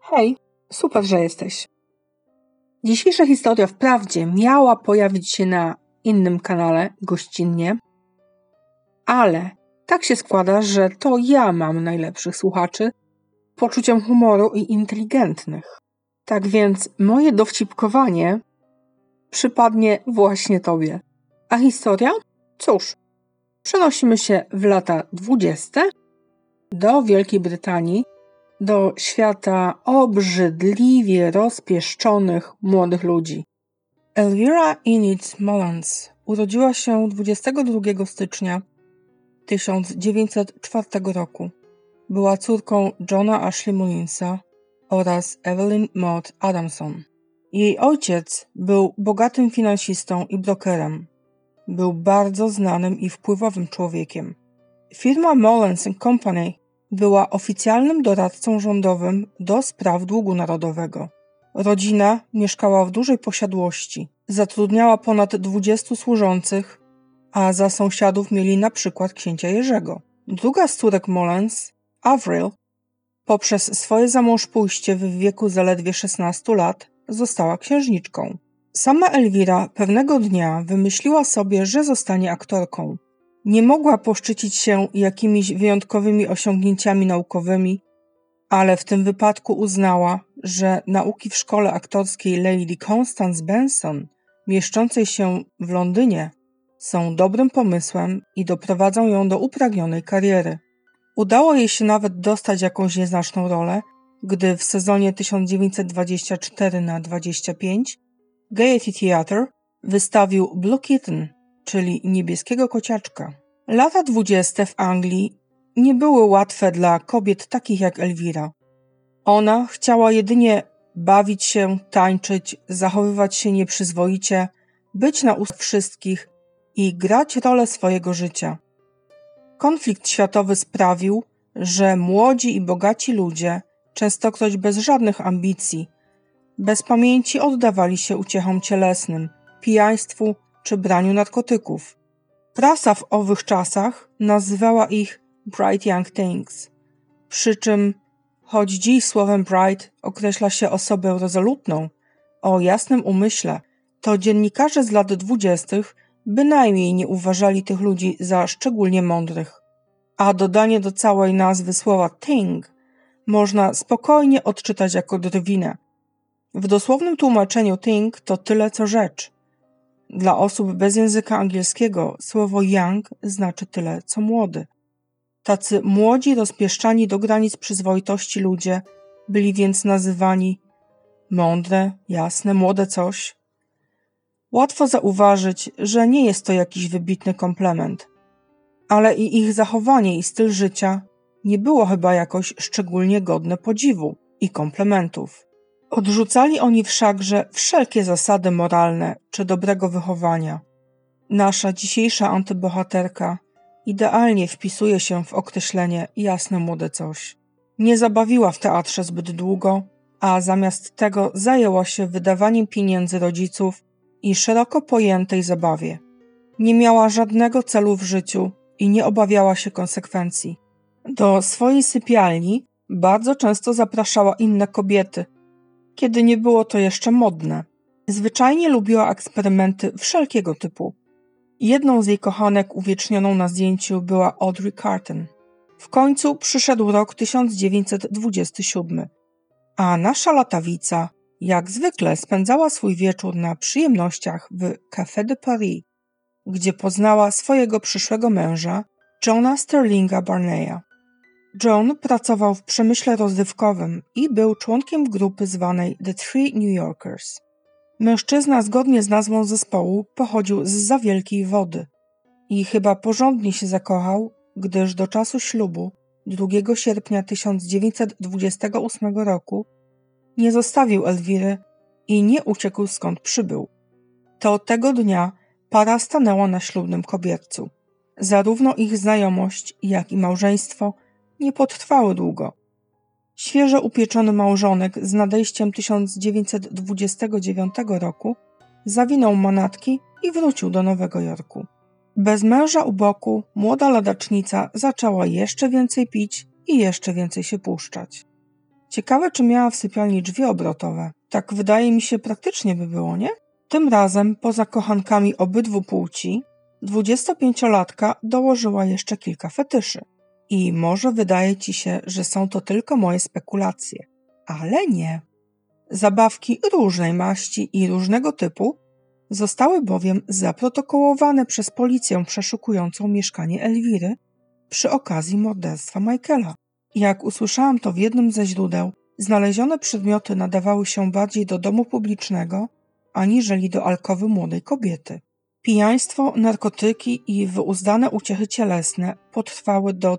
Hej, super, że jesteś. Dzisiejsza historia wprawdzie miała pojawić się na innym kanale gościnnie, ale tak się składa, że to ja mam najlepszych słuchaczy, poczuciem humoru i inteligentnych. Tak więc moje dowcipkowanie przypadnie właśnie tobie. A historia? Cóż, przenosimy się w lata 20. do Wielkiej Brytanii, do świata obrzydliwie rozpieszczonych młodych ludzi. Elvira Enid Mullins urodziła się 22 stycznia 1904 roku. Była córką Johna Ashley Mullinsa oraz Evelyn Maud Adamson. Jej ojciec był bogatym finansistą i brokerem. Był bardzo znanym i wpływowym człowiekiem. Firma Mullins & Company była oficjalnym doradcą rządowym do spraw długu narodowego. Rodzina mieszkała w dużej posiadłości. Zatrudniała ponad 20 służących, a za sąsiadów mieli na przykład księcia Jerzego. Druga z córek Mullins, Avril, poprzez swoje zamążpójście w wieku zaledwie 16 lat, została księżniczką. Sama Elvira pewnego dnia wymyśliła sobie, że zostanie aktorką. Nie mogła poszczycić się jakimiś wyjątkowymi osiągnięciami naukowymi, ale w tym wypadku uznała, że nauki w szkole aktorskiej Lady Constance Benson, mieszczącej się w Londynie, są dobrym pomysłem i doprowadzą ją do upragnionej kariery. Udało jej się nawet dostać jakąś nieznaczną rolę, gdy w sezonie 1924/25 Gaiety Theatre wystawił Blue Kitten, czyli niebieskiego kociaczka. Lata 20. w Anglii nie były łatwe dla kobiet takich jak Elvira. Ona chciała jedynie bawić się, tańczyć, zachowywać się nieprzyzwoicie, być na ustach wszystkich i grać rolę swojego życia. Konflikt światowy sprawił, że młodzi i bogaci ludzie, częstokroć bez żadnych ambicji, bez pamięci oddawali się uciechom cielesnym, pijaństwu czy braniu narkotyków. Prasa w owych czasach nazywała ich Bright Young Things, przy czym choć dziś słowem bright określa się osobę rezolutną, o jasnym umyśle, to dziennikarze z lat 20. bynajmniej nie uważali tych ludzi za szczególnie mądrych. A dodanie do całej nazwy słowa thing można spokojnie odczytać jako drwinę. W dosłownym tłumaczeniu thing to tyle co rzecz. Dla osób bez języka angielskiego słowo young znaczy tyle co młody. Tacy młodzi, rozpieszczani do granic przyzwoitości ludzie byli więc nazywani mądre, jasne, młode coś. Łatwo zauważyć, że nie jest to jakiś wybitny komplement, ale i ich zachowanie i styl życia nie było chyba jakoś szczególnie godne podziwu i komplementów. Odrzucali oni wszakże wszelkie zasady moralne czy dobrego wychowania. Nasza dzisiejsza antybohaterka idealnie wpisuje się w określenie jasne młode coś. Nie zabawiła w teatrze zbyt długo, a zamiast tego zajęła się wydawaniem pieniędzy rodziców i szeroko pojętej zabawie. Nie miała żadnego celu w życiu i nie obawiała się konsekwencji. Do swojej sypialni bardzo często zapraszała inne kobiety, kiedy nie było to jeszcze modne. Zwyczajnie lubiła eksperymenty wszelkiego typu. Jedną z jej kochanek uwiecznioną na zdjęciu była Audrey Carton. W końcu przyszedł rok 1927, a nasza latawica jak zwykle spędzała swój wieczór na przyjemnościach w Café de Paris, gdzie poznała swojego przyszłego męża, Johna Sterlinga Barneya. John pracował w przemyśle rozrywkowym i był członkiem grupy zwanej The Three New Yorkers. Mężczyzna zgodnie z nazwą zespołu pochodził zza wielkiej wody i chyba porządnie się zakochał, gdyż do czasu ślubu 2 sierpnia 1928 roku nie zostawił Elwiry i nie uciekł skąd przybył. To tego dnia para stanęła na ślubnym kobiercu. Zarówno ich znajomość, jak i małżeństwo nie potrwały długo. Świeżo upieczony małżonek z nadejściem 1929 roku zawinął manatki i wrócił do Nowego Jorku. Bez męża u boku młoda ladacznica zaczęła jeszcze więcej pić i jeszcze więcej się puszczać. Ciekawe, czy miała w sypialni drzwi obrotowe. Tak wydaje mi się, praktycznie by było, nie? Tym razem, poza kochankami obydwu płci, 25-latka dołożyła jeszcze kilka fetyszy. I może wydaje ci się, że są to tylko moje spekulacje. Ale nie. Zabawki różnej maści i różnego typu zostały bowiem zaprotokołowane przez policję przeszukującą mieszkanie Elwiry przy okazji morderstwa Michaela. Jak usłyszałam to w jednym ze źródeł, znalezione przedmioty nadawały się bardziej do domu publicznego, aniżeli do alkowy młodej kobiety. Pijaństwo, narkotyki i wyuzdane uciechy cielesne potrwały do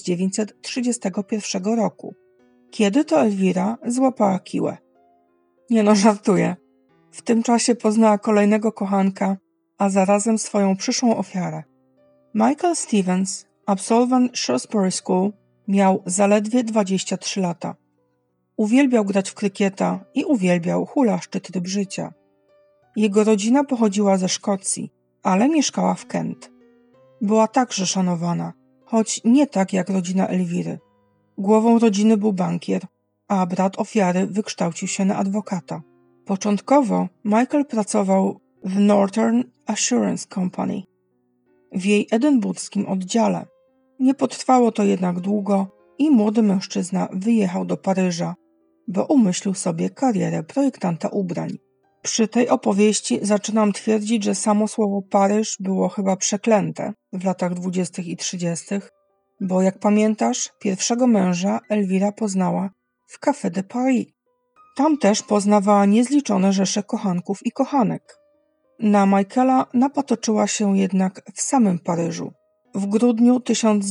1931 roku, kiedy to Elwira złapała kiłę. Nie no, żartuję. W tym czasie poznała kolejnego kochanka, a zarazem swoją przyszłą ofiarę. Michael Stevens, absolwent Shrewsbury School, miał zaledwie 23 lata. Uwielbiał grać w krykieta i uwielbiał hulaszczy tryb życia. Jego rodzina pochodziła ze Szkocji, ale mieszkała w Kent. Była także szanowana, choć nie tak jak rodzina Elwiry. Głową rodziny był bankier, a brat ofiary wykształcił się na adwokata. Początkowo Michael pracował w Northern Assurance Company, w jej edynburskim oddziale. Nie potrwało to jednak długo i młody mężczyzna wyjechał do Paryża, bo umyślił sobie karierę projektanta ubrań. Przy tej opowieści zaczynam twierdzić, że samo słowo Paryż było chyba przeklęte w latach 20. i 30., bo jak pamiętasz, pierwszego męża Elwira poznała w Café de Paris. Tam też poznawała niezliczone rzesze kochanków i kochanek. Na Michaela napatoczyła się jednak w samym Paryżu. W grudniu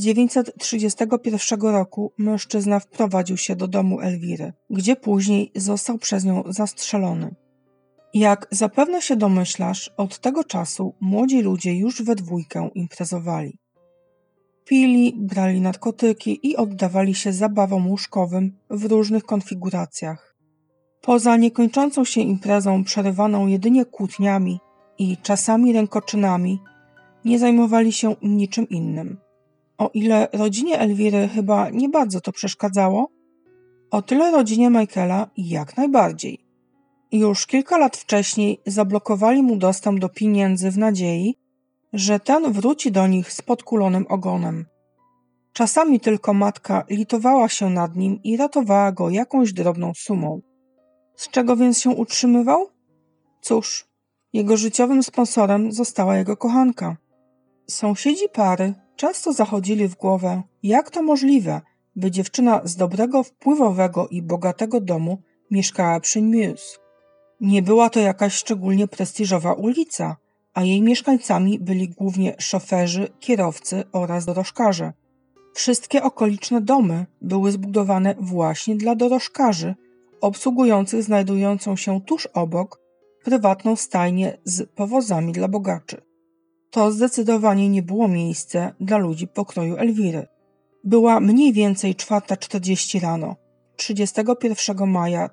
1931 roku mężczyzna wprowadził się do domu Elwiry, gdzie później został przez nią zastrzelony. Jak zapewne się domyślasz, od tego czasu młodzi ludzie już we dwójkę imprezowali. Pili, brali narkotyki i oddawali się zabawom łóżkowym w różnych konfiguracjach. Poza niekończącą się imprezą przerywaną jedynie kłótniami i czasami rękoczynami, nie zajmowali się niczym innym. O ile rodzinie Elwiry chyba nie bardzo to przeszkadzało, o tyle rodzinie Michaela jak najbardziej. Już kilka lat wcześniej zablokowali mu dostęp do pieniędzy w nadziei, że ten wróci do nich z podkulonym ogonem. Czasami tylko matka litowała się nad nim i ratowała go jakąś drobną sumą. Z czego więc się utrzymywał? Cóż, jego życiowym sponsorem została jego kochanka. Sąsiedzi pary często zachodzili w głowę, jak to możliwe, by dziewczyna z dobrego, wpływowego i bogatego domu mieszkała przy Mews. Nie była to jakaś szczególnie prestiżowa ulica, a jej mieszkańcami byli głównie szoferzy, kierowcy oraz dorożkarze. Wszystkie okoliczne domy były zbudowane właśnie dla dorożkarzy, obsługujących znajdującą się tuż obok prywatną stajnię z powozami dla bogaczy. To zdecydowanie nie było miejsce dla ludzi pokroju Elwiry. Była mniej więcej 4:40 rano, 31 maja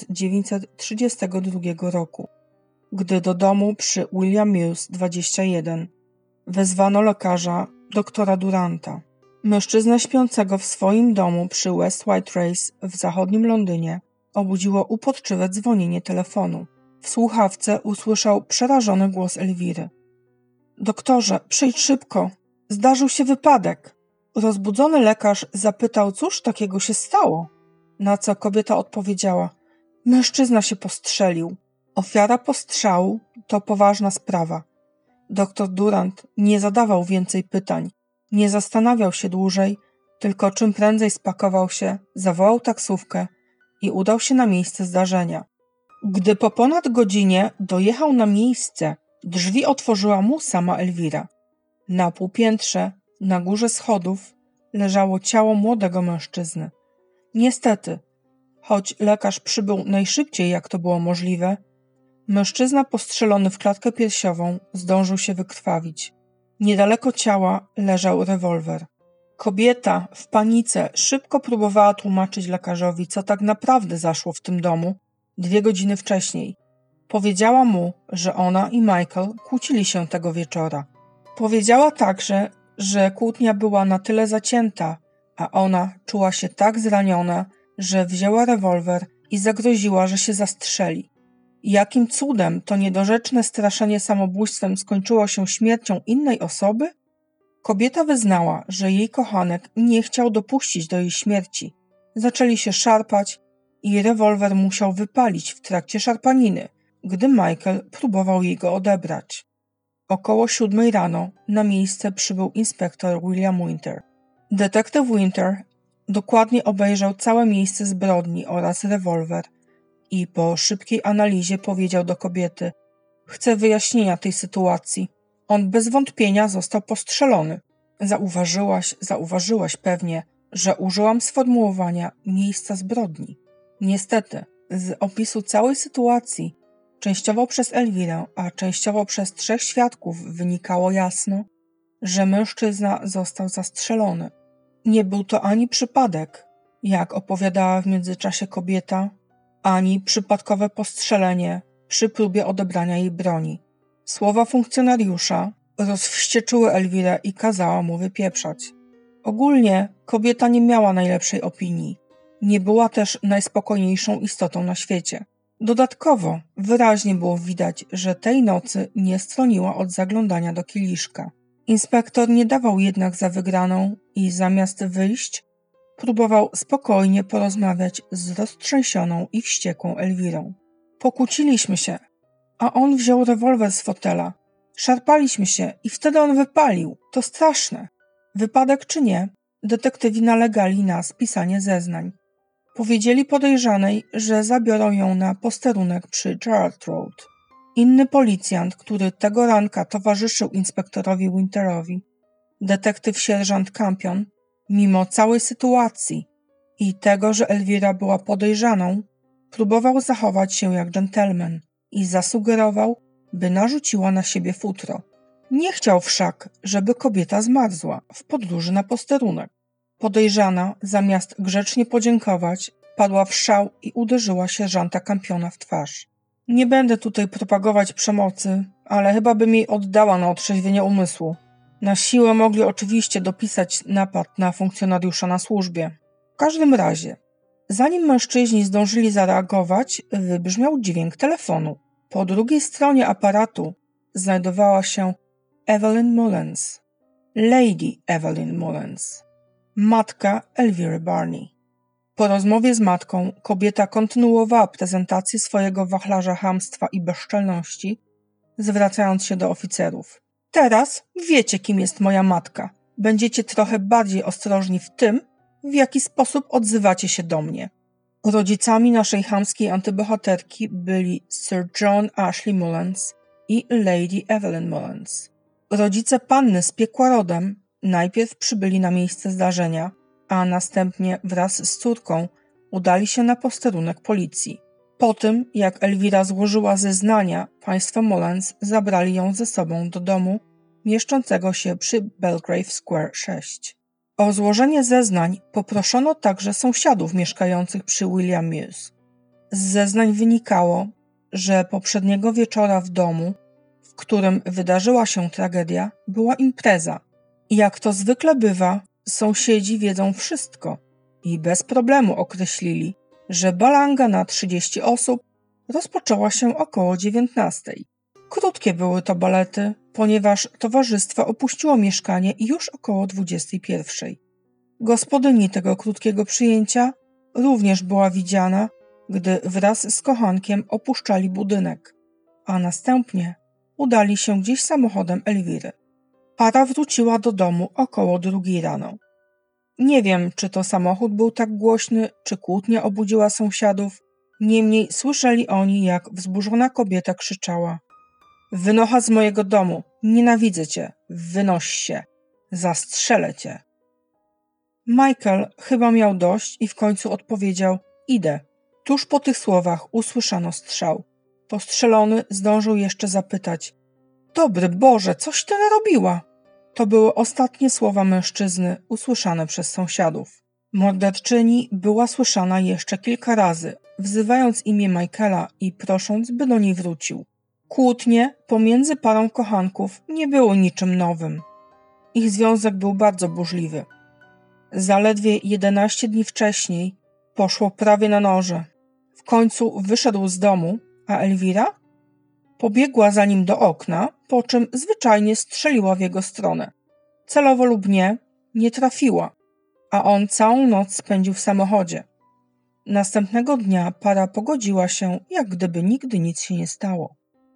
1932 roku, gdy do domu przy William Mews 21 wezwano lekarza doktora Duranta. Mężczyznę śpiącego w swoim domu przy West White Race w zachodnim Londynie obudziło uporczywe dzwonienie telefonu. W słuchawce usłyszał przerażony głos Elwiry. Doktorze, przyjdź szybko. Zdarzył się wypadek. Rozbudzony lekarz zapytał, cóż takiego się stało. Na co kobieta odpowiedziała, mężczyzna się postrzelił. Ofiara postrzału to poważna sprawa. Doktor Durant nie zadawał więcej pytań, nie zastanawiał się dłużej, tylko czym prędzej spakował się, zawołał taksówkę i udał się na miejsce zdarzenia. Gdy po ponad godzinie dojechał na miejsce, drzwi otworzyła mu sama Elwira. Na półpiętrze, na górze schodów, leżało ciało młodego mężczyzny. Niestety, choć lekarz przybył najszybciej jak to było możliwe, mężczyzna postrzelony w klatkę piersiową zdążył się wykrwawić. Niedaleko ciała leżał rewolwer. Kobieta w panice szybko próbowała tłumaczyć lekarzowi, co tak naprawdę zaszło w tym domu 2 godziny wcześniej. Powiedziała mu, że ona i Michael kłócili się tego wieczora. Powiedziała także, że kłótnia była na tyle zacięta, a ona czuła się tak zraniona, że wzięła rewolwer i zagroziła, że się zastrzeli. Jakim cudem to niedorzeczne straszenie samobójstwem skończyło się śmiercią innej osoby? Kobieta wyznała, że jej kochanek nie chciał dopuścić do jej śmierci. Zaczęli się szarpać i rewolwer musiał wypalić w trakcie szarpaniny, gdy Michael próbował jej go odebrać. Około 7 rano na miejsce przybył inspektor William Winter. Detektyw Winter dokładnie obejrzał całe miejsce zbrodni oraz rewolwer i po szybkiej analizie powiedział do kobiety: „Chcę wyjaśnienia tej sytuacji. On bez wątpienia został postrzelony. Zauważyłaś pewnie, że użyłam sformułowania miejsca zbrodni. Niestety, z opisu całej sytuacji, częściowo przez Elwirę, a częściowo przez 3 świadków wynikało jasno, że mężczyzna został zastrzelony. Nie był to ani przypadek, jak opowiadała w międzyczasie kobieta, ani przypadkowe postrzelenie przy próbie odebrania jej broni. Słowa funkcjonariusza rozwścieczyły Elwirę i kazała mu wypieprzać. Ogólnie kobieta nie miała najlepszej opinii. Nie była też najspokojniejszą istotą na świecie. Dodatkowo wyraźnie było widać, że tej nocy nie stroniła od zaglądania do kieliszka. Inspektor nie dawał jednak za wygraną i zamiast wyjść, próbował spokojnie porozmawiać z roztrzęsioną i wściekłą Elwirą. Pokłóciliśmy się, a on wziął rewolwer z fotela. Szarpaliśmy się i wtedy on wypalił. To straszne. Wypadek czy nie, detektywi nalegali na spisanie zeznań. Powiedzieli podejrzanej, że zabiorą ją na posterunek przy Gerrard Road. Inny policjant, który tego ranka towarzyszył inspektorowi Winterowi, detektyw sierżant Campion, mimo całej sytuacji i tego, że Elwira była podejrzaną, próbował zachować się jak dżentelmen i zasugerował, by narzuciła na siebie futro. Nie chciał wszak, żeby kobieta zmarzła w podróży na posterunek. Podejrzana, zamiast grzecznie podziękować, padła w szał i uderzyła sierżanta Campiona w twarz. Nie będę tutaj propagować przemocy, ale chyba bym jej oddała na otrzeźwienie umysłu. Na siłę mogli oczywiście dopisać napad na funkcjonariusza na służbie. W każdym razie, zanim mężczyźni zdążyli zareagować, wybrzmiał dźwięk telefonu. Po drugiej stronie aparatu znajdowała się Evelyn Mullins, Lady Evelyn Mullins, matka Elwiry Barney. Po rozmowie z matką kobieta kontynuowała prezentację swojego wachlarza chamstwa i bezczelności, zwracając się do oficerów. Teraz wiecie, kim jest moja matka. Będziecie trochę bardziej ostrożni w tym, w jaki sposób odzywacie się do mnie. Rodzicami naszej chamskiej antybohaterki byli Sir John Ashley Mullins i Lady Evelyn Mullins. Rodzice panny z piekła rodem najpierw przybyli na miejsce zdarzenia, a następnie wraz z córką udali się na posterunek policji. Po tym, jak Elwira złożyła zeznania, państwo Mullins zabrali ją ze sobą do domu mieszczącego się przy Belgrave Square 6. O złożenie zeznań poproszono także sąsiadów mieszkających przy William Mews. Z zeznań wynikało, że poprzedniego wieczora w domu, w którym wydarzyła się tragedia, była impreza. Jak to zwykle bywa, sąsiedzi wiedzą wszystko i bez problemu określili, że balanga na 30 osób rozpoczęła się około 19. Krótkie były to balety, ponieważ towarzystwo opuściło mieszkanie już około 21. Gospodyni tego krótkiego przyjęcia również była widziana, gdy wraz z kochankiem opuszczali budynek, a następnie udali się gdzieś samochodem Elwiry. Para wróciła do domu około 2 rano. Nie wiem, czy to samochód był tak głośny, czy kłótnia obudziła sąsiadów. Niemniej słyszeli oni, jak wzburzona kobieta krzyczała: „Wynocha z mojego domu! Nienawidzę cię! Wynoś się! Zastrzelę cię!” Michael chyba miał dość i w końcu odpowiedział: „Idę”. Tuż po tych słowach usłyszano strzał. Postrzelony zdążył jeszcze zapytać: „Dobry Boże, coś ty narobiła!” To były ostatnie słowa mężczyzny usłyszane przez sąsiadów. Morderczyni była słyszana jeszcze kilka razy, wzywając imię Michaela i prosząc, by do niej wrócił. Kłótnie pomiędzy parą kochanków nie było niczym nowym. Ich związek był bardzo burzliwy. Zaledwie 11 dni wcześniej Poszło prawie na noże. W końcu wyszedł z domu, a Elvira pobiegła za nim do okna, po czym zwyczajnie strzeliła w jego stronę. Celowo lub nie, nie trafiła, a on całą noc spędził w samochodzie. Następnego dnia para pogodziła się, jak gdyby nigdy nic się nie stało.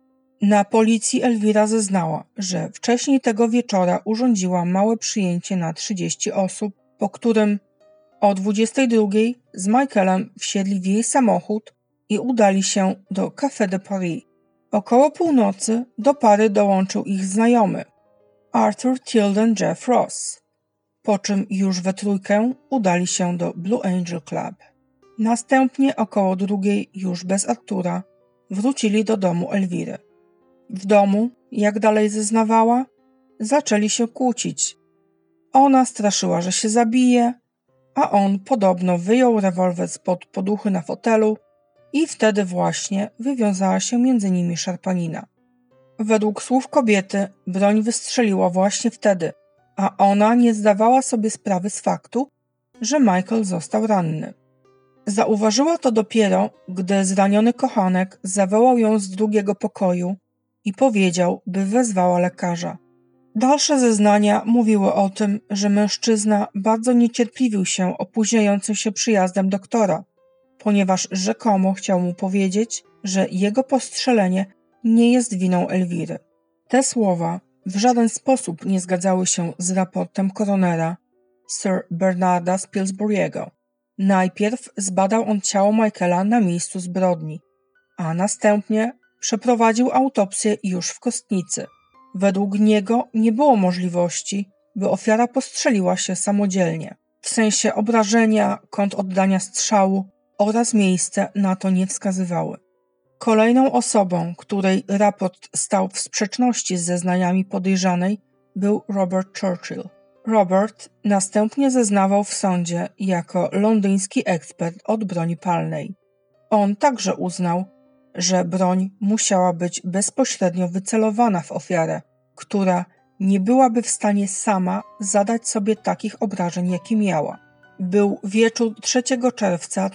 Na policji Elvira zeznała, że wcześniej tego wieczora urządziła małe przyjęcie na 30 osób, po którym o 22 z Michaelem wsiedli w jej samochód i udali się do Café de Paris. Około północy do pary dołączył ich znajomy, Arthur Tilden Jeff Ross, po czym już we trójkę udali się do Blue Angel Club. Następnie około 2, już bez Artura, wrócili do domu Elviry. W domu, jak dalej zeznawała, zaczęli się kłócić. Ona straszyła, że się zabije, a on podobno wyjął rewolwer spod poduchy na fotelu i wtedy właśnie wywiązała się między nimi szarpanina. Według słów kobiety broń wystrzeliła właśnie wtedy, a ona nie zdawała sobie sprawy z faktu, że Michael został ranny. Zauważyła to dopiero, gdy zraniony kochanek zawołał ją z drugiego pokoju i powiedział, by wezwała lekarza. Dalsze zeznania mówiły o tym, że mężczyzna bardzo niecierpliwił się opóźniającym się przyjazdem doktora, ponieważ rzekomo chciał mu powiedzieć, że jego postrzelenie nie jest winą Elviry. Te słowa w żaden sposób nie zgadzały się z raportem koronera Sir Bernarda z Pillsbury'ego. Najpierw zbadał on ciało Michaela na miejscu zbrodni, a następnie przeprowadził autopsję już w kostnicy. Według niego nie było możliwości, by ofiara postrzeliła się samodzielnie. W sensie obrażenia, kąt oddania strzału oraz miejsce na to nie wskazywały. Kolejną osobą, której raport stał w sprzeczności z zeznaniami podejrzanej, był Robert Churchill. Robert następnie zeznawał w sądzie jako londyński ekspert od broni palnej. On także uznał, że broń musiała być bezpośrednio wycelowana w ofiarę, która nie byłaby w stanie sama zadać sobie takich obrażeń, jakie miała. Był wieczór 3 czerwca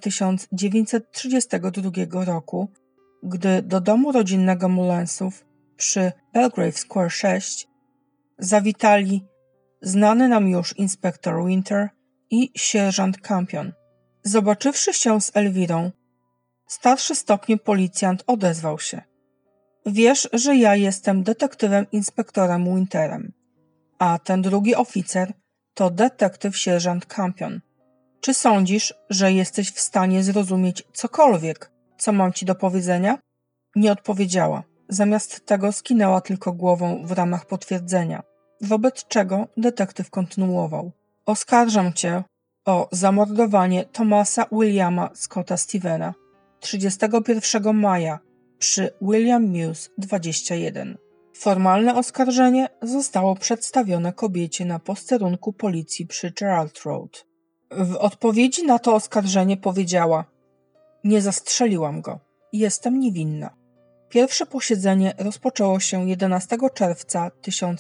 1932 roku, gdy do domu rodzinnego Mullensów przy Belgrave Square 6 zawitali znany nam już inspektor Winter i sierżant Campion. Zobaczywszy się z Elvirą, starszy stopniem policjant odezwał się. Wiesz, że ja jestem detektywem inspektorem Winterem, a ten drugi oficer to detektyw sierżant Campion. Czy sądzisz, że jesteś w stanie zrozumieć cokolwiek, co mam ci do powiedzenia? Nie odpowiedziała. Zamiast tego skinęła tylko głową w ramach potwierdzenia, wobec czego detektyw kontynuował. Oskarżam cię o zamordowanie Thomasa Williama Scotta Stevena 31 maja przy William Mews 21. Formalne oskarżenie zostało przedstawione kobiecie na posterunku policji przy Gerald Road. W odpowiedzi na to oskarżenie powiedziała: nie zastrzeliłam go. Jestem niewinna. Pierwsze posiedzenie rozpoczęło się 11 czerwca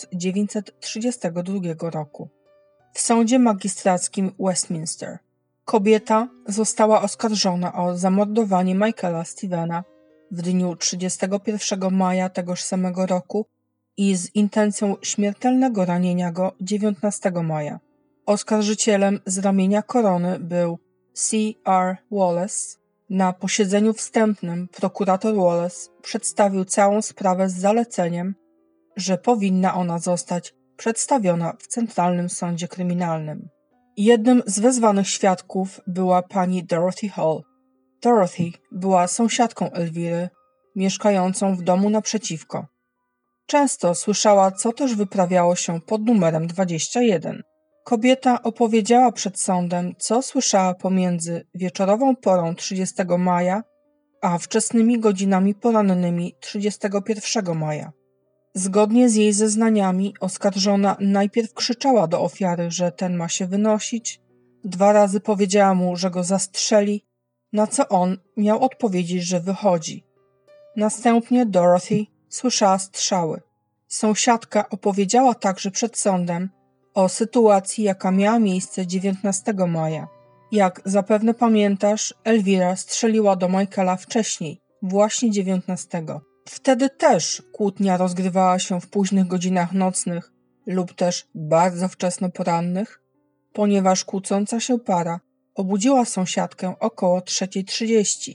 1932 roku w sądzie magistrackim Westminster. Kobieta została oskarżona o zamordowanie Michaela Stevena w dniu 31 maja tegoż samego roku i z intencją śmiertelnego ranienia go 19 maja. Oskarżycielem z ramienia korony był C.R. Wallace. Na posiedzeniu wstępnym prokurator Wallace przedstawił całą sprawę z zaleceniem, że powinna ona zostać przedstawiona w Centralnym Sądzie Kryminalnym. Jednym z wezwanych świadków była pani Dorothy Hall. Dorothy była sąsiadką Elviry, mieszkającą w domu naprzeciwko. Często słyszała, co też wyprawiało się pod numerem 21. Kobieta opowiedziała przed sądem, co słyszała pomiędzy wieczorową porą 30 maja, a wczesnymi godzinami porannymi 31 maja. Zgodnie z jej zeznaniami oskarżona najpierw krzyczała do ofiary, że ten ma się wynosić, 2 razy powiedziała mu, że go zastrzeli, na co on miał odpowiedzieć, że wychodzi. Następnie Dorothy słyszała strzały. Sąsiadka opowiedziała także przed sądem o sytuacji, jaka miała miejsce 19 maja. Jak zapewne pamiętasz, Elvira strzeliła do Michaela wcześniej, właśnie 19. Wtedy też kłótnia rozgrywała się w późnych godzinach nocnych lub też bardzo wczesno porannych, ponieważ kłócąca się para obudziła sąsiadkę około 3:30.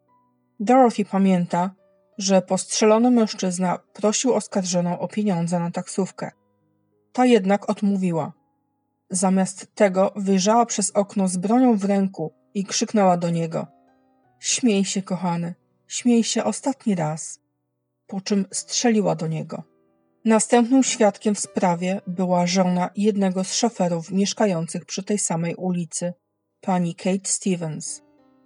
Dorothy pamięta, że postrzelony mężczyzna prosił oskarżoną o pieniądze na taksówkę. Ta jednak odmówiła. Zamiast tego wyjrzała przez okno z bronią w ręku i krzyknęła do niego: „Śmiej się, kochany, śmiej się ostatni raz”, po czym strzeliła do niego. Następnym świadkiem w sprawie była żona jednego z szoferów mieszkających przy tej samej ulicy, pani Kate Stevens.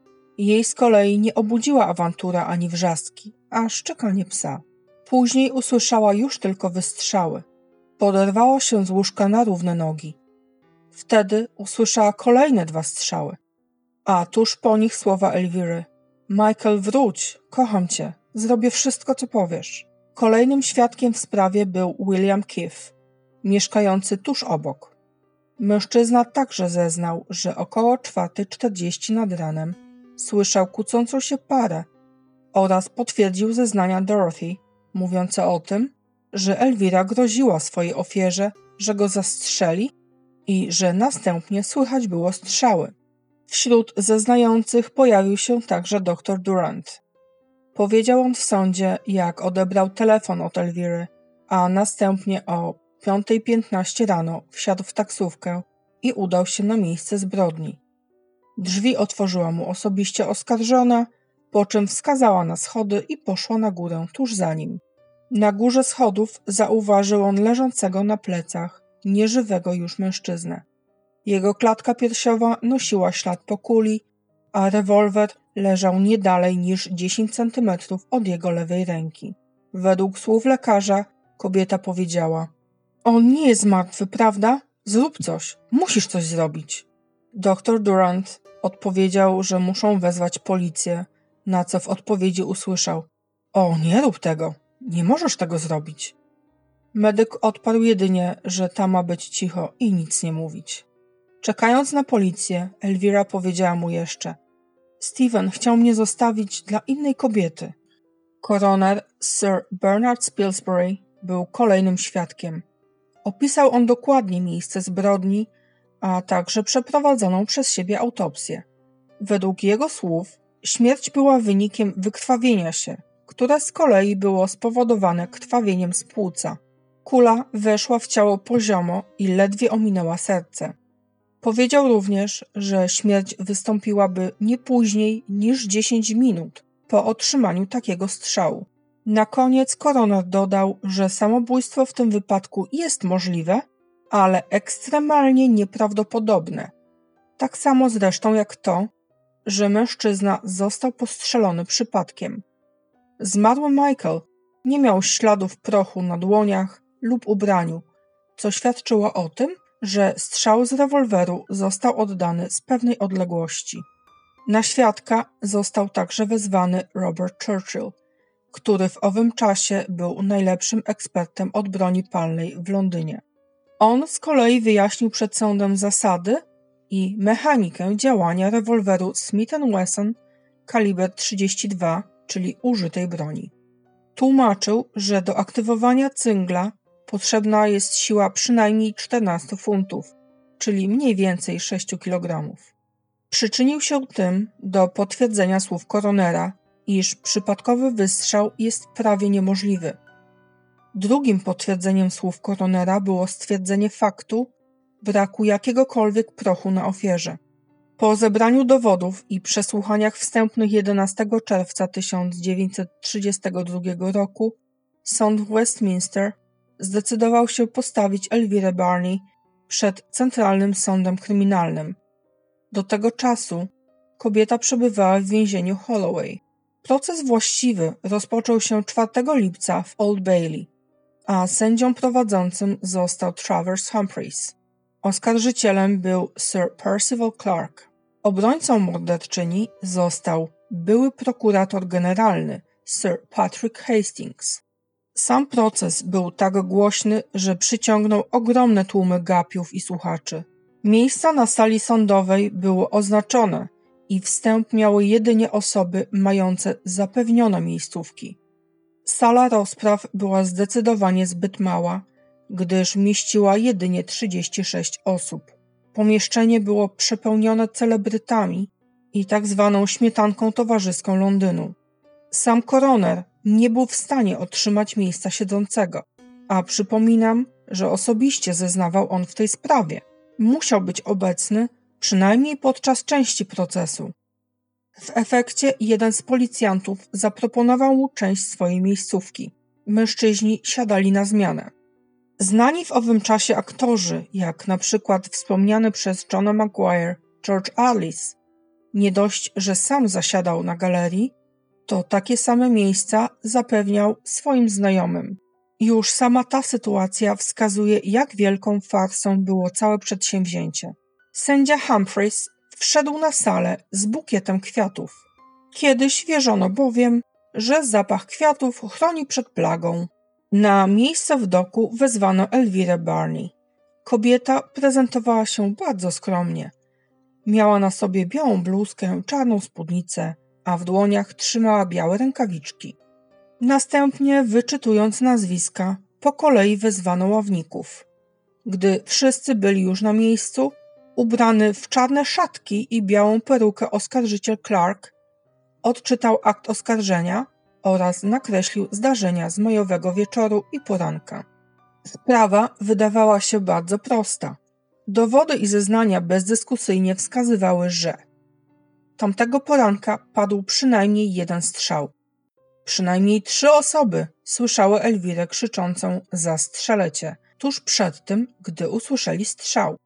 Jej z kolei nie obudziła awantura ani wrzaski, a szczekanie psa. Później usłyszała już tylko wystrzały. Poderwała się z łóżka na równe nogi. Wtedy usłyszała kolejne 2 strzały, a tuż po nich słowa Elviry: „Michael, wróć, kocham cię, zrobię wszystko, co powiesz”. Kolejnym świadkiem w sprawie był William Keefe, mieszkający tuż obok. Mężczyzna także zeznał, że około 4:40 nad ranem słyszał kłócącą się parę oraz potwierdził zeznania Dorothy, mówiące o tym, że Elvira groziła swojej ofierze, że go zastrzeli i że następnie słychać było strzały. Wśród zeznających pojawił się także dr Durant. Powiedział on w sądzie, jak odebrał telefon od Elviry, a następnie o 5:15 rano wsiadł w taksówkę i udał się na miejsce zbrodni. Drzwi otworzyła mu osobiście oskarżona, po czym wskazała na schody i poszła na górę tuż za nim. Na górze schodów zauważył on leżącego na plecach, nieżywego już mężczyznę. Jego klatka piersiowa nosiła ślad po kuli, a rewolwer leżał nie dalej niż 10 centymetrów od jego lewej ręki. Według słów lekarza kobieta powiedziała: „On nie jest martwy, prawda? Zrób coś, musisz coś zrobić”. Dr Durant odpowiedział, że muszą wezwać policję, na co w odpowiedzi usłyszał: „O, nie rób tego, nie możesz tego zrobić”. Medyk odparł jedynie, że ta ma być cicho i nic nie mówić. Czekając na policję, Elvira powiedziała mu jeszcze: „Steven chciał mnie zostawić dla innej kobiety”. Koroner Sir Bernard Spilsbury był kolejnym świadkiem. Opisał on dokładnie miejsce zbrodni, a także przeprowadzoną przez siebie autopsję. Według jego słów śmierć była wynikiem wykrwawienia się, które z kolei było spowodowane krwawieniem z płuca. Kula weszła w ciało poziomo i ledwie ominęła serce. Powiedział również, że śmierć wystąpiłaby nie później niż 10 minut po otrzymaniu takiego strzału. Na koniec koroner dodał, że samobójstwo w tym wypadku jest możliwe, ale ekstremalnie nieprawdopodobne. Tak samo zresztą jak to, że mężczyzna został postrzelony przypadkiem. Zmarły Michael nie miał śladów prochu na dłoniach lub ubraniu, co świadczyło o tym, że strzał z rewolweru został oddany z pewnej odległości. Na świadka został także wezwany Robert Churchill, który w owym czasie był najlepszym ekspertem od broni palnej w Londynie. On z kolei wyjaśnił przed sądem zasady i mechanikę działania rewolweru Smith & Wesson kaliber 32, czyli użytej broni. Tłumaczył, że do aktywowania cyngla potrzebna jest siła przynajmniej 14 funtów, czyli mniej więcej 6 kg. Przyczynił się tym do potwierdzenia słów koronera, iż przypadkowy wystrzał jest prawie niemożliwy. Drugim potwierdzeniem słów koronera było stwierdzenie faktu braku jakiegokolwiek prochu na ofierze. Po zebraniu dowodów i przesłuchaniach wstępnych 11 czerwca 1932 roku sąd w Westminster zdecydował się postawić Elvirę Barney przed Centralnym Sądem Kryminalnym. Do tego czasu kobieta przebywała w więzieniu Holloway. Proces właściwy rozpoczął się 4 lipca w Old Bailey, a sędzią prowadzącym został Travers Humphreys. Oskarżycielem był Sir Percival Clark. Obrońcą morderczyni został były prokurator generalny Sir Patrick Hastings. Sam proces był tak głośny, że przyciągnął ogromne tłumy gapiów i słuchaczy. Miejsca na sali sądowej były oznaczone i wstęp miały jedynie osoby mające zapewnione miejscówki. Sala rozpraw była zdecydowanie zbyt mała, gdyż mieściła jedynie 36 osób. Pomieszczenie było przepełnione celebrytami i tak zwaną śmietanką towarzyską Londynu. Sam koroner nie był w stanie otrzymać miejsca siedzącego, a przypominam, że osobiście zeznawał on w tej sprawie. Musiał być obecny przynajmniej podczas części procesu. W efekcie jeden z policjantów zaproponował mu część swojej miejscówki. Mężczyźni siadali na zmianę. Znani w owym czasie aktorzy, jak na przykład wspomniany przez Johna Maguire George Arliss, nie dość, że sam zasiadał na galerii, to takie same miejsca zapewniał swoim znajomym. Już sama ta sytuacja wskazuje, jak wielką farsą było całe przedsięwzięcie. Sędzia Humphreys wszedł na salę z bukietem kwiatów. Kiedyś wierzono bowiem, że zapach kwiatów chroni przed plagą. Na miejsce w doku wezwano Elvirę Barney. Kobieta prezentowała się bardzo skromnie. Miała na sobie białą bluzkę, czarną spódnicę, a w dłoniach trzymała białe rękawiczki. Następnie, wyczytując nazwiska, po kolei wezwano ławników. Gdy wszyscy byli już na miejscu, ubrany w czarne szatki i białą perukę oskarżyciel Clark odczytał akt oskarżenia oraz nakreślił zdarzenia z majowego wieczoru i poranka. Sprawa wydawała się bardzo prosta. Dowody i zeznania bezdyskusyjnie wskazywały, że tamtego poranka padł przynajmniej jeden strzał. Przynajmniej 3 osoby słyszały Elvirę krzyczącą „zastrzelecie” tuż przed tym, gdy usłyszeli strzał.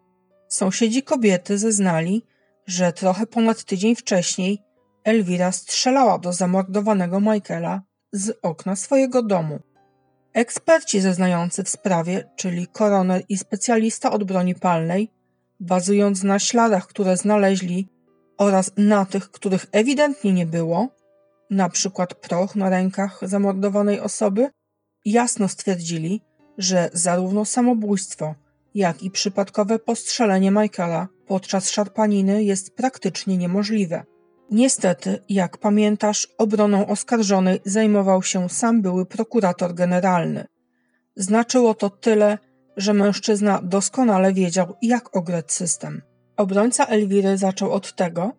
Sąsiedzi kobiety zeznali, że trochę ponad tydzień wcześniej Elvira strzelała do zamordowanego Michaela z okna swojego domu. Eksperci zeznający w sprawie, czyli koroner i specjalista od broni palnej, bazując na śladach, które znaleźli oraz na tych, których ewidentnie nie było, na przykład proch na rękach zamordowanej osoby, jasno stwierdzili, że zarówno samobójstwo, jak i przypadkowe postrzelenie Michaela podczas szarpaniny jest praktycznie niemożliwe. Niestety, jak pamiętasz, obroną oskarżonej zajmował się sam były prokurator generalny. Znaczyło to tyle, że mężczyzna doskonale wiedział, jak ograć system. Obrońca Elviry zaczął od tego,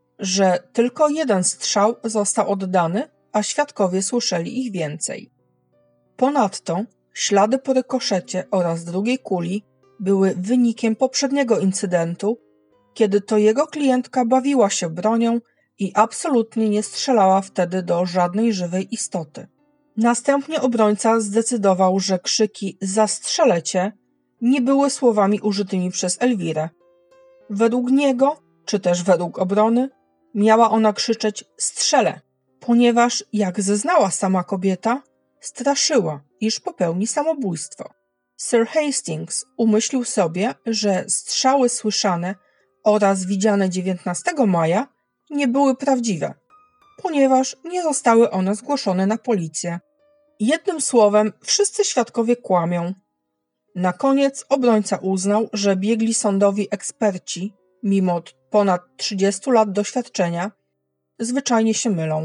że tylko jeden strzał został oddany, a świadkowie słyszeli ich więcej. Ponadto ślady po rykoszecie oraz drugiej kuli były wynikiem poprzedniego incydentu, kiedy to jego klientka bawiła się bronią i absolutnie nie strzelała wtedy do żadnej żywej istoty. Następnie obrońca zdecydował, że krzyki „zastrzelecie” nie były słowami użytymi przez Elvirę. Według niego, czy też według obrony, miała ona krzyczeć „strzelę”, ponieważ, jak zeznała sama kobieta, straszyła, iż popełni samobójstwo. Sir Hastings umyślił sobie, że strzały słyszane oraz widziane 19 maja nie były prawdziwe, ponieważ nie zostały one zgłoszone na policję. Jednym słowem, wszyscy świadkowie kłamią. Na koniec obrońca uznał, że biegli sądowi eksperci, mimo ponad 30 lat doświadczenia, zwyczajnie się mylą,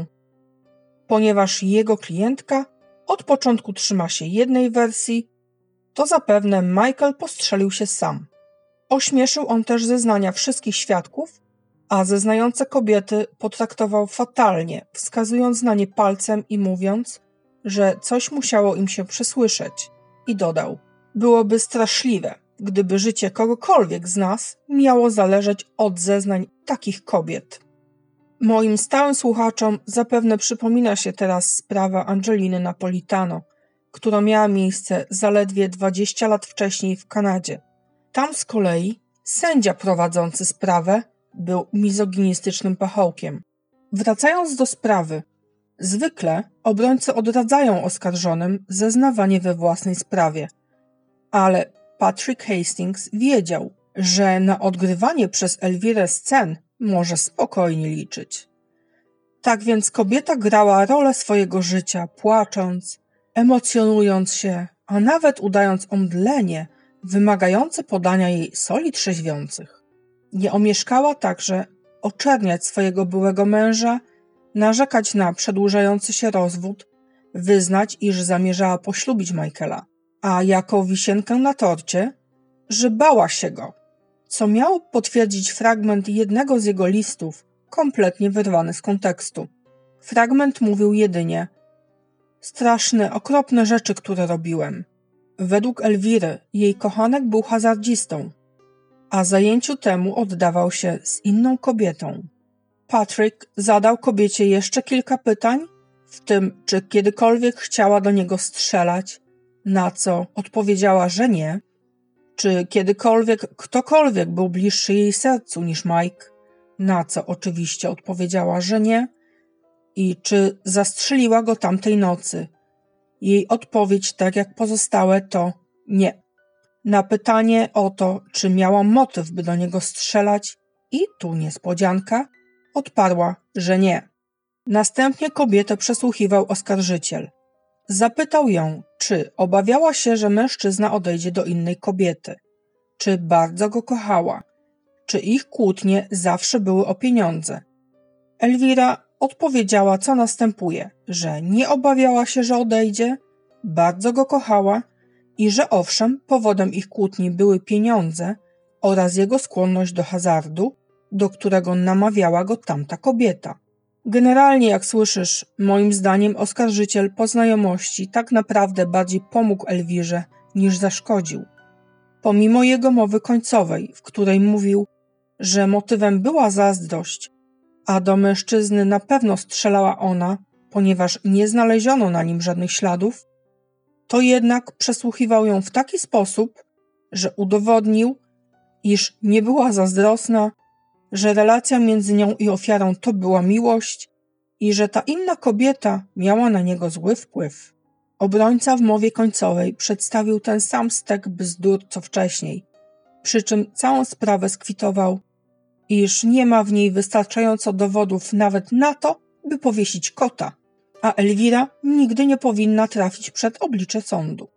ponieważ jego klientka od początku trzyma się jednej wersji, to zapewne Michael postrzelił się sam. Ośmieszył on też zeznania wszystkich świadków, a zeznające kobiety potraktował fatalnie, wskazując na nie palcem i mówiąc, że coś musiało im się przesłyszeć. I dodał: byłoby straszliwe, gdyby życie kogokolwiek z nas miało zależeć od zeznań takich kobiet. Moim stałym słuchaczom zapewne przypomina się teraz sprawa Angeliny Napolitano, która miała miejsce zaledwie 20 lat wcześniej w Kanadzie. Tam z kolei sędzia prowadzący sprawę był mizoginistycznym pachołkiem. Wracając do sprawy, zwykle obrońcy odradzają oskarżonym zeznawanie we własnej sprawie, ale Patrick Hastings wiedział, że na odgrywanie przez Elvirę scen może spokojnie liczyć. Tak więc kobieta grała rolę swojego życia, płacząc, emocjonując się, a nawet udając omdlenie wymagające podania jej soli trzeźwiących. Nie omieszkała także oczerniać swojego byłego męża, narzekać na przedłużający się rozwód, wyznać, iż zamierzała poślubić Michaela, a jako wisienkę na torcie, że bała się go, co miał potwierdzić fragment jednego z jego listów, kompletnie wyrwany z kontekstu. Fragment mówił jedynie: straszne, okropne rzeczy, które robiłem. Według Elwiry jej kochanek był hazardzistą, a zajęciu temu oddawał się z inną kobietą. Patrick zadał kobiecie jeszcze kilka pytań, w tym czy kiedykolwiek chciała do niego strzelać, na co odpowiedziała, że nie, czy kiedykolwiek ktokolwiek był bliższy jej sercu niż Mike, na co oczywiście odpowiedziała, że nie, i czy zastrzeliła go tamtej nocy. Jej odpowiedź, tak jak pozostałe, to nie. Na pytanie o to, czy miała motyw, by do niego strzelać, i tu niespodzianka, odparła, że nie. Następnie kobietę przesłuchiwał oskarżyciel. Zapytał ją, czy obawiała się, że mężczyzna odejdzie do innej kobiety, czy bardzo go kochała, czy ich kłótnie zawsze były o pieniądze. Elwira odpowiedziała, co następuje, że nie obawiała się, że odejdzie, bardzo go kochała i że owszem, powodem ich kłótni były pieniądze oraz jego skłonność do hazardu, do którego namawiała go tamta kobieta. Generalnie, jak słyszysz, moim zdaniem oskarżyciel po znajomości tak naprawdę bardziej pomógł Elwirze niż zaszkodził. Pomimo jego mowy końcowej, w której mówił, że motywem była zazdrość, a do mężczyzny na pewno strzelała ona, ponieważ nie znaleziono na nim żadnych śladów, to jednak przesłuchiwał ją w taki sposób, że udowodnił, iż nie była zazdrosna, że relacja między nią i ofiarą to była miłość i że ta inna kobieta miała na niego zły wpływ. Obrońca w mowie końcowej przedstawił ten sam stek bzdur co wcześniej, przy czym całą sprawę skwitował, iż nie ma w niej wystarczająco dowodów nawet na to, by powiesić kota, a Elwira nigdy nie powinna trafić przed oblicze sądu.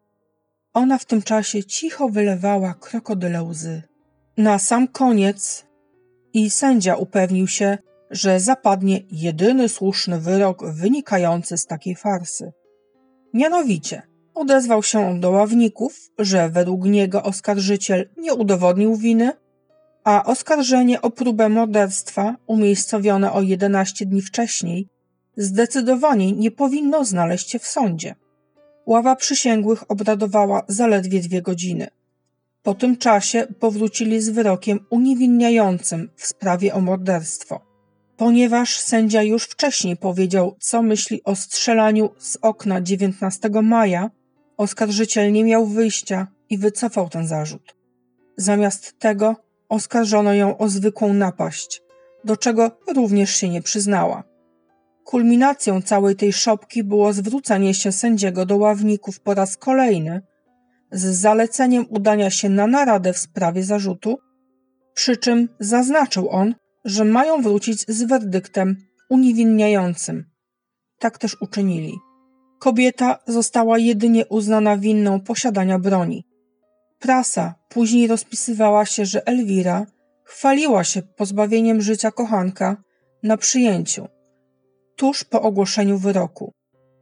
Ona w tym czasie cicho wylewała krokodyle łzy. Na sam koniec i sędzia upewnił się, że zapadnie jedyny słuszny wyrok wynikający z takiej farsy. Mianowicie odezwał się on do ławników, że według niego oskarżyciel nie udowodnił winy, a oskarżenie o próbę morderstwa umiejscowione o 11 dni wcześniej zdecydowanie nie powinno znaleźć się w sądzie. Ława przysięgłych obradowała zaledwie 2 godziny. Po tym czasie powrócili z wyrokiem uniewinniającym w sprawie o morderstwo. Ponieważ sędzia już wcześniej powiedział, co myśli o strzelaniu z okna 19 maja, oskarżyciel nie miał wyjścia i wycofał ten zarzut. Zamiast tego oskarżono ją o zwykłą napaść, do czego również się nie przyznała. Kulminacją całej tej szopki było zwrócenie się sędziego do ławników po raz kolejny z zaleceniem udania się na naradę w sprawie zarzutu, przy czym zaznaczył on, że mają wrócić z werdyktem uniewinniającym. Tak też uczynili. Kobieta została jedynie uznana winną posiadania broni. Prasa później rozpisywała się, że Elwira chwaliła się pozbawieniem życia kochanka na przyjęciu, tuż po ogłoszeniu wyroku.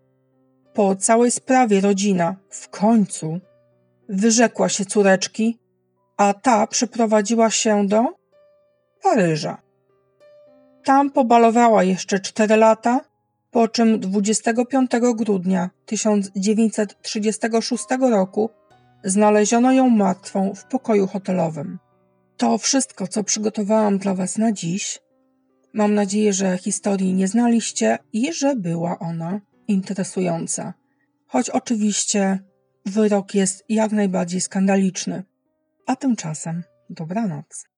Po całej sprawie rodzina w końcu wyrzekła się córeczki, a ta przeprowadziła się do Paryża. Tam pobalowała jeszcze 4 lata, po czym 25 grudnia 1936 roku znaleziono ją martwą w pokoju hotelowym. To wszystko, co przygotowałam dla Was na dziś. Mam nadzieję, że historii nie znaliście i że była ona interesująca. Choć oczywiście wyrok jest jak najbardziej skandaliczny. A tymczasem dobranoc.